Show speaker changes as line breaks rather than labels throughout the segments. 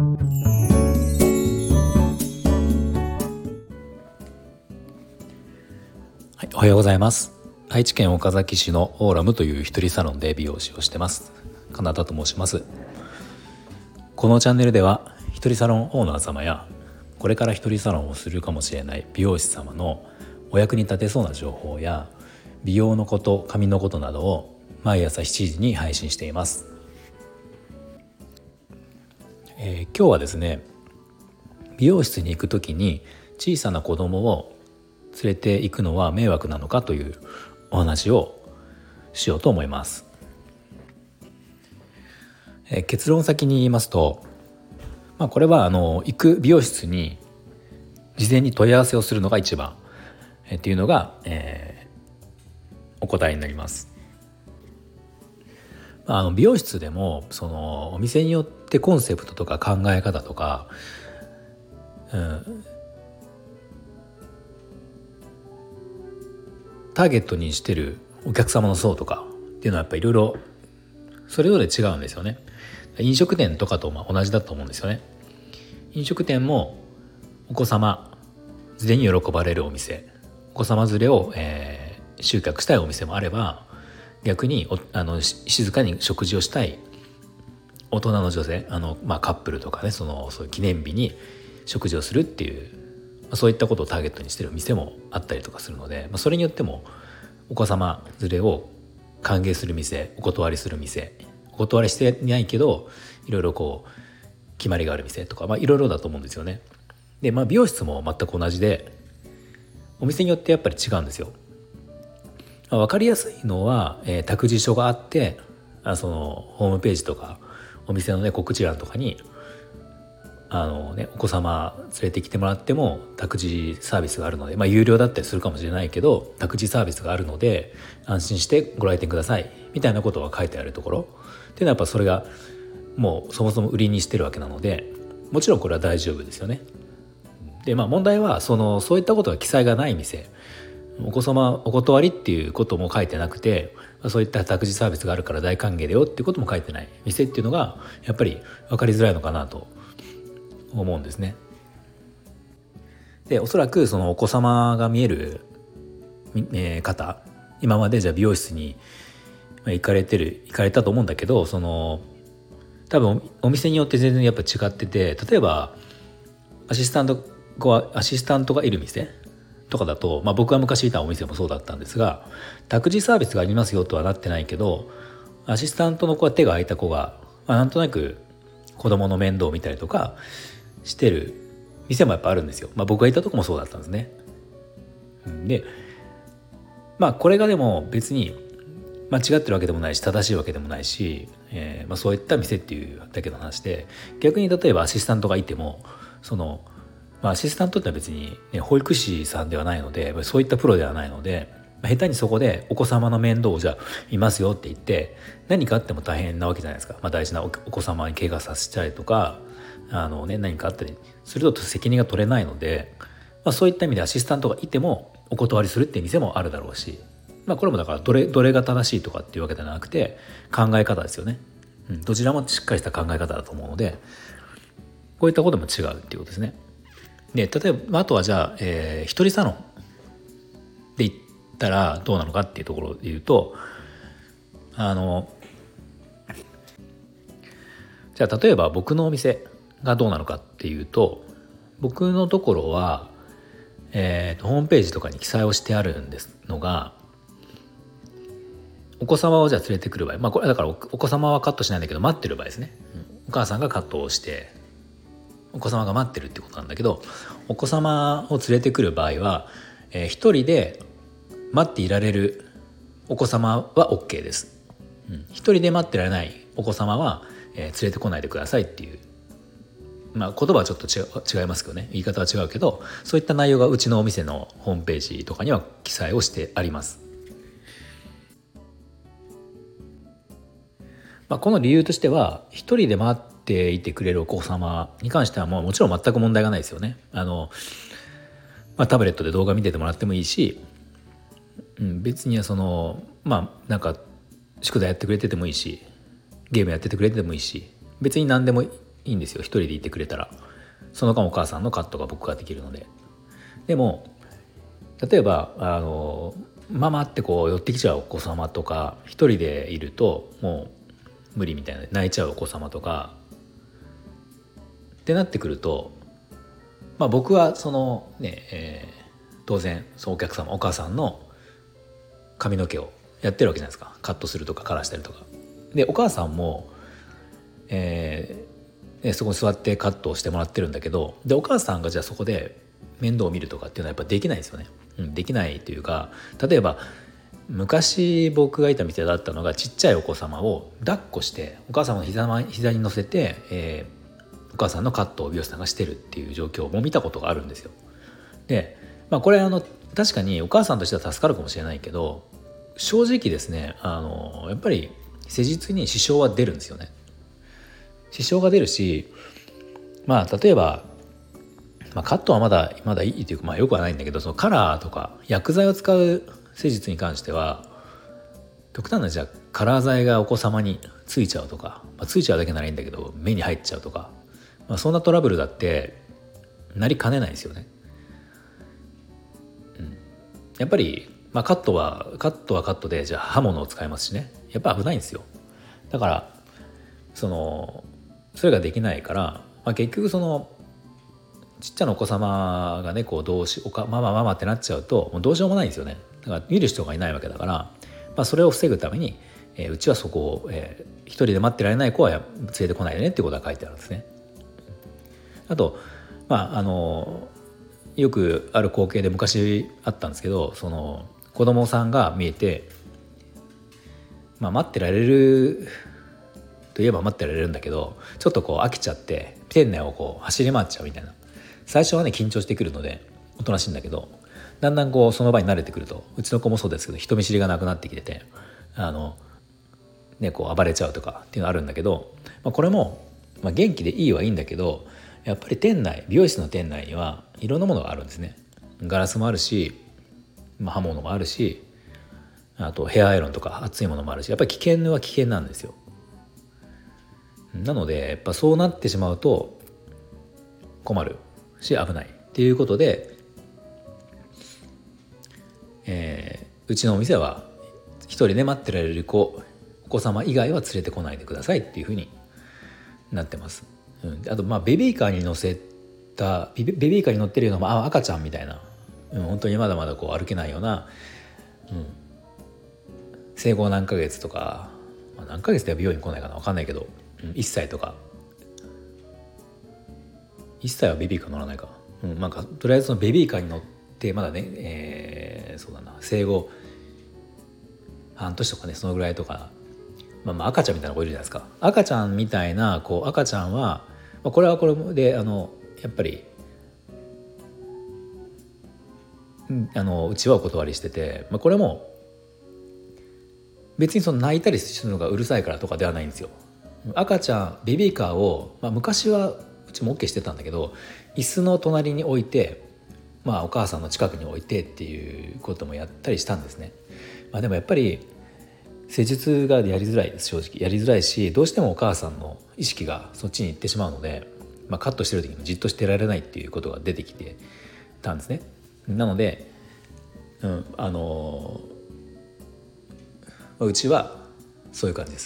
はい、おはようございます。愛知県岡崎市のオーラムという一人サロンで美容師をしてます。金田と申します。このチャンネルでは一人サロンオーナー様やこれから一人サロンをするかもしれない美容師様のお役に立てそうな情報や美容のこと、髪のことなどを毎朝7時に配信しています。今日はですね、美容室に行くときに小さな子供を連れて行くのは迷惑なのかというお話をしようと思います。結論先に言いますと、これは行く美容室に事前に問い合わせをするのが一番っていうのが、お答えになります。美容室でもそのお店によってコンセプトとか考え方とか、ターゲットにしてるお客様の層とかっていうのはやっぱりいろいろそれぞれ違うんですよね。飲食店とかと同じだと思うんですよね。飲食店もお子様連れに喜ばれるお店、お子様連れを、集客したいお店もあれば、逆に静かに食事をしたい大人の女性、カップルとかね、そういう記念日に食事をするっていう、そういったことをターゲットにしている店もあったりとかするので、それによってもお子様連れを歓迎する店、お断りする店、お断りしてないけどいろいろ決まりがある店とか、いろいろだと思うんですよね。で、美容室も全く同じで、お店によってやっぱり違うんですよ。分かりやすいのは、託児所があって、そのホームページとかお店のね告知欄とかにお子様連れてきてもらっても託児サービスがあるので、有料だったりするかもしれないけど託児サービスがあるので安心してご来店くださいみたいなことが書いてあるところっていうのは、やっぱそれがもうそもそも売りにしてるわけなので、もちろんこれは大丈夫ですよね。で、問題はそういったことが記載がない店、お子様お断りっていうことも書いてなくて、そういった託児サービスがあるから大歓迎だよっていうことも書いてない店っていうのがやっぱり分かりづらいのかなと思うんですね。で、おそらくそのお子様が見える、方、今までじゃあ美容室に行かれたと思うんだけど、多分お店によって全然やっぱ違ってて、例えばアシスタントがいる店とかだと、僕が昔いたお店もそうだったんですが、託児サービスがありますよとはなってないけど、アシスタントの子は手が空いた子が、なんとなく子供の面倒を見たりとかしてる店もやっぱあるんですよ。僕がいたとこもそうだったんですね。で、これがでも別に間違ってるわけでもないし正しいわけでもないし、そういった店っていうだけの話で、逆に例えばアシスタントがいてもアシスタントってのは別に、保育士さんではないので、そういったプロではないので、下手にそこでお子様の面倒をじゃあ見ますよって言って何かあっても大変なわけじゃないですか。大事なお子様に怪我させたりとか何かあったりすると責任が取れないので、そういった意味でアシスタントがいてもお断りするっていう店もあるだろうし、これもだからどれが正しいとかっていうわけではなくて考え方ですよね。どちらもしっかりした考え方だと思うので、こういったことも違うっていうことですね。で、例えばあとはじゃあ、一人サロンで行ったらどうなのかっていうところで言うと、じゃあ例えば僕のお店がどうなのかっていうと、僕のところは、ホームページとかに記載をしてあるんですのが、お子様をじゃあ連れてくる場合、これだからお子様はカットしないんだけど待ってる場合ですね。お母さんがカットをしてお子様が待ってるってことなんだけど、お子様を連れてくる場合は、一人で待っていられるお子様は OK です。一人で待ってられないお子様は、連れてこないでくださいっていう、言葉はちょっと違いますけどね、言い方は違うけど、そういった内容がうちのお店のホームページとかには記載をしてあります。この理由としては、一人で待っていてくれるお子様に関してはもちろん全く問題がないですよね。タブレットで動画見ててもらってもいいし、別にはなんか宿題やってくれててもいいし、ゲームやっててくれてもいいし、別に何でもいいんですよ、一人でいてくれたら。その間お母さんのカットが僕ができるので。でも例えばママってこう寄ってきちゃうお子様とか、一人でいるともう無理みたいな泣いちゃうお子様とかってなってくると、僕はそのね、当然そのお客様お母さんの髪の毛をやってるわけじゃないですか。カットするとかカラーしたりとかで、お母さんも、そこに座ってカットをしてもらってるんだけど、でお母さんがじゃあそこで面倒を見るとかっていうのはやっぱできないですよね。できないというか、例えば昔僕がいた店だったのが、ちっちゃいお子様を抱っこしてお母様の膝に乗せて、お母さんのカットを美容師さんがしてるっていう状況も見たことがあるんですよ。で、これ確かにお母さんとしては助かるかもしれないけど、正直ですねやっぱり施術に支障は出るんですよね。支障が出るし、例えば、カットはまだいいというか、よくはないんだけど、そのカラーとか薬剤を使う施術に関しては、極端なじゃあカラー剤がお子様についちゃうとか、ついちゃうだけならいいんだけど目に入っちゃうとか、そんなトラブルだってなりかねないですよね。やっぱり、カットはカットで、じゃあ刃物を使いますしね、やっぱ危ないんですよ。だからそれができないから、結局そのちっちゃなお子様がねこうママってなっちゃうともうどうしようもないんですよね。だから見る人がいないわけだから、それを防ぐために、うちはそこを、一人で待ってられない子は連れてこないでねってことが書いてあるんですね。あとよくある光景で昔あったんですけど、その子供さんが見えて、待ってられるといえば待ってられるんだけど、ちょっとこう飽きちゃって店内をこう走り回っちゃうみたいな。最初はね緊張してくるのでおとなしいんだけど、だんだんこうその場に慣れてくると、うちの子もそうですけど人見知りがなくなってきててこう暴れちゃうとかっていうのあるんだけど、これも、元気でいいはいいんだけど、やっぱり美容室の店内にはいろんなものがあるんですね。ガラスもあるし、刃物もあるし、あとヘアアイロンとか熱いものもあるし、やっぱり危険は危険なんですよ。なのでやっぱそうなってしまうと困るし危ないっていうことで、うちのお店は一人で待ってられるお子様以外は連れてこないでくださいっていうふうになってます。あとベビーカーに乗ってるような、赤ちゃんみたいな、本当にまだまだこう歩けないような、生後何ヶ月とか、何ヶ月では美容院来ないかな分かんないけど、1歳とか1歳はベビーカー乗らないか、とりあえずそのベビーカーに乗ってまだね、そうだな、生後半年とかね、そのぐらいとか、赤ちゃんみたいな子いるじゃないですか。赤ちゃんみたいな赤ちゃんは、これはこれでやっぱりうちはお断りしてて、これも別にその泣いたりするのがうるさいからとかではないんですよ。赤ちゃんベビーカーを、昔はうちも OK してたんだけど、椅子の隣に置いて、お母さんの近くに置いてっていうこともやったりしたんですね。でもやっぱり施術がやりづらいです。正直やりづらいし、どうしてもお母さんの意識がそっちに行ってしまうので、カットしてる時にもじっとしてられないっていうことが出てきてたんですね。なので、うちはそういう感じです。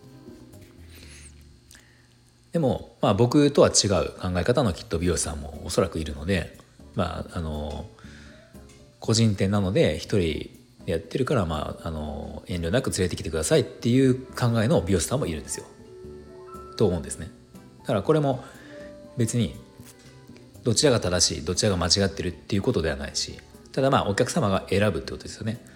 でも僕とは違う考え方のきっと美容師さんもおそらくいるので、個人店なので一人でやってるから、遠慮なく連れてきてくださいっていう考えの美容師さんもいるんですよと思うんですね。だからこれも別にどちらが正しいどちらが間違ってるっていうことではないし、ただお客様が選ぶってことですよね。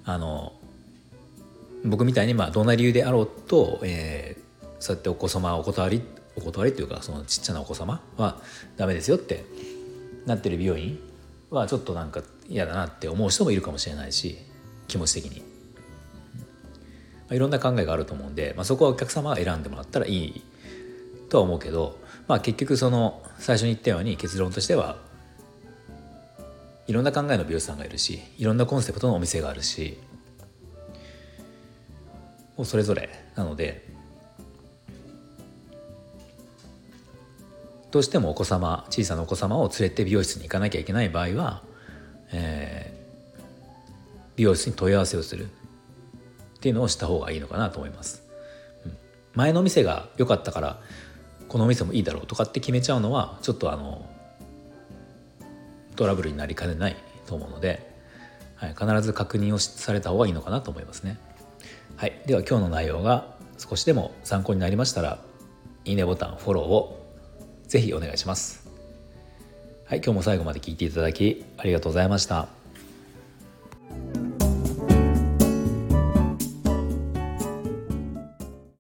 僕みたいにどんな理由であろうと、そうやってお子様はお断りっていうか、そのちっちゃなお子様はダメですよってなってる美容院はちょっとなんか嫌だなって思う人もいるかもしれないし、気持ち的に、いろんな考えがあると思うんで、そこはお客様が選んでもらったらいいとは思うけど、結局その最初に言ったように結論としてはいろんな考えの美容師さんがいるし、いろんなコンセプトのお店があるし、もうそれぞれなので、 どうしても小さなお子様を連れて美容室に行かなきゃいけない場合は、美容室に問い合わせをするっていうのをした方がいいのかなと思います。前の店が良かったからこのお店もいいだろうとかって決めちゃうのはちょっとトラブルになりかねないと思うので、必ず確認をされた方がいいのかなと思いますね。では今日の内容が少しでも参考になりましたら、いいねボタン、フォローをぜひお願いします。今日も最後まで聞いていただきありがとうございました。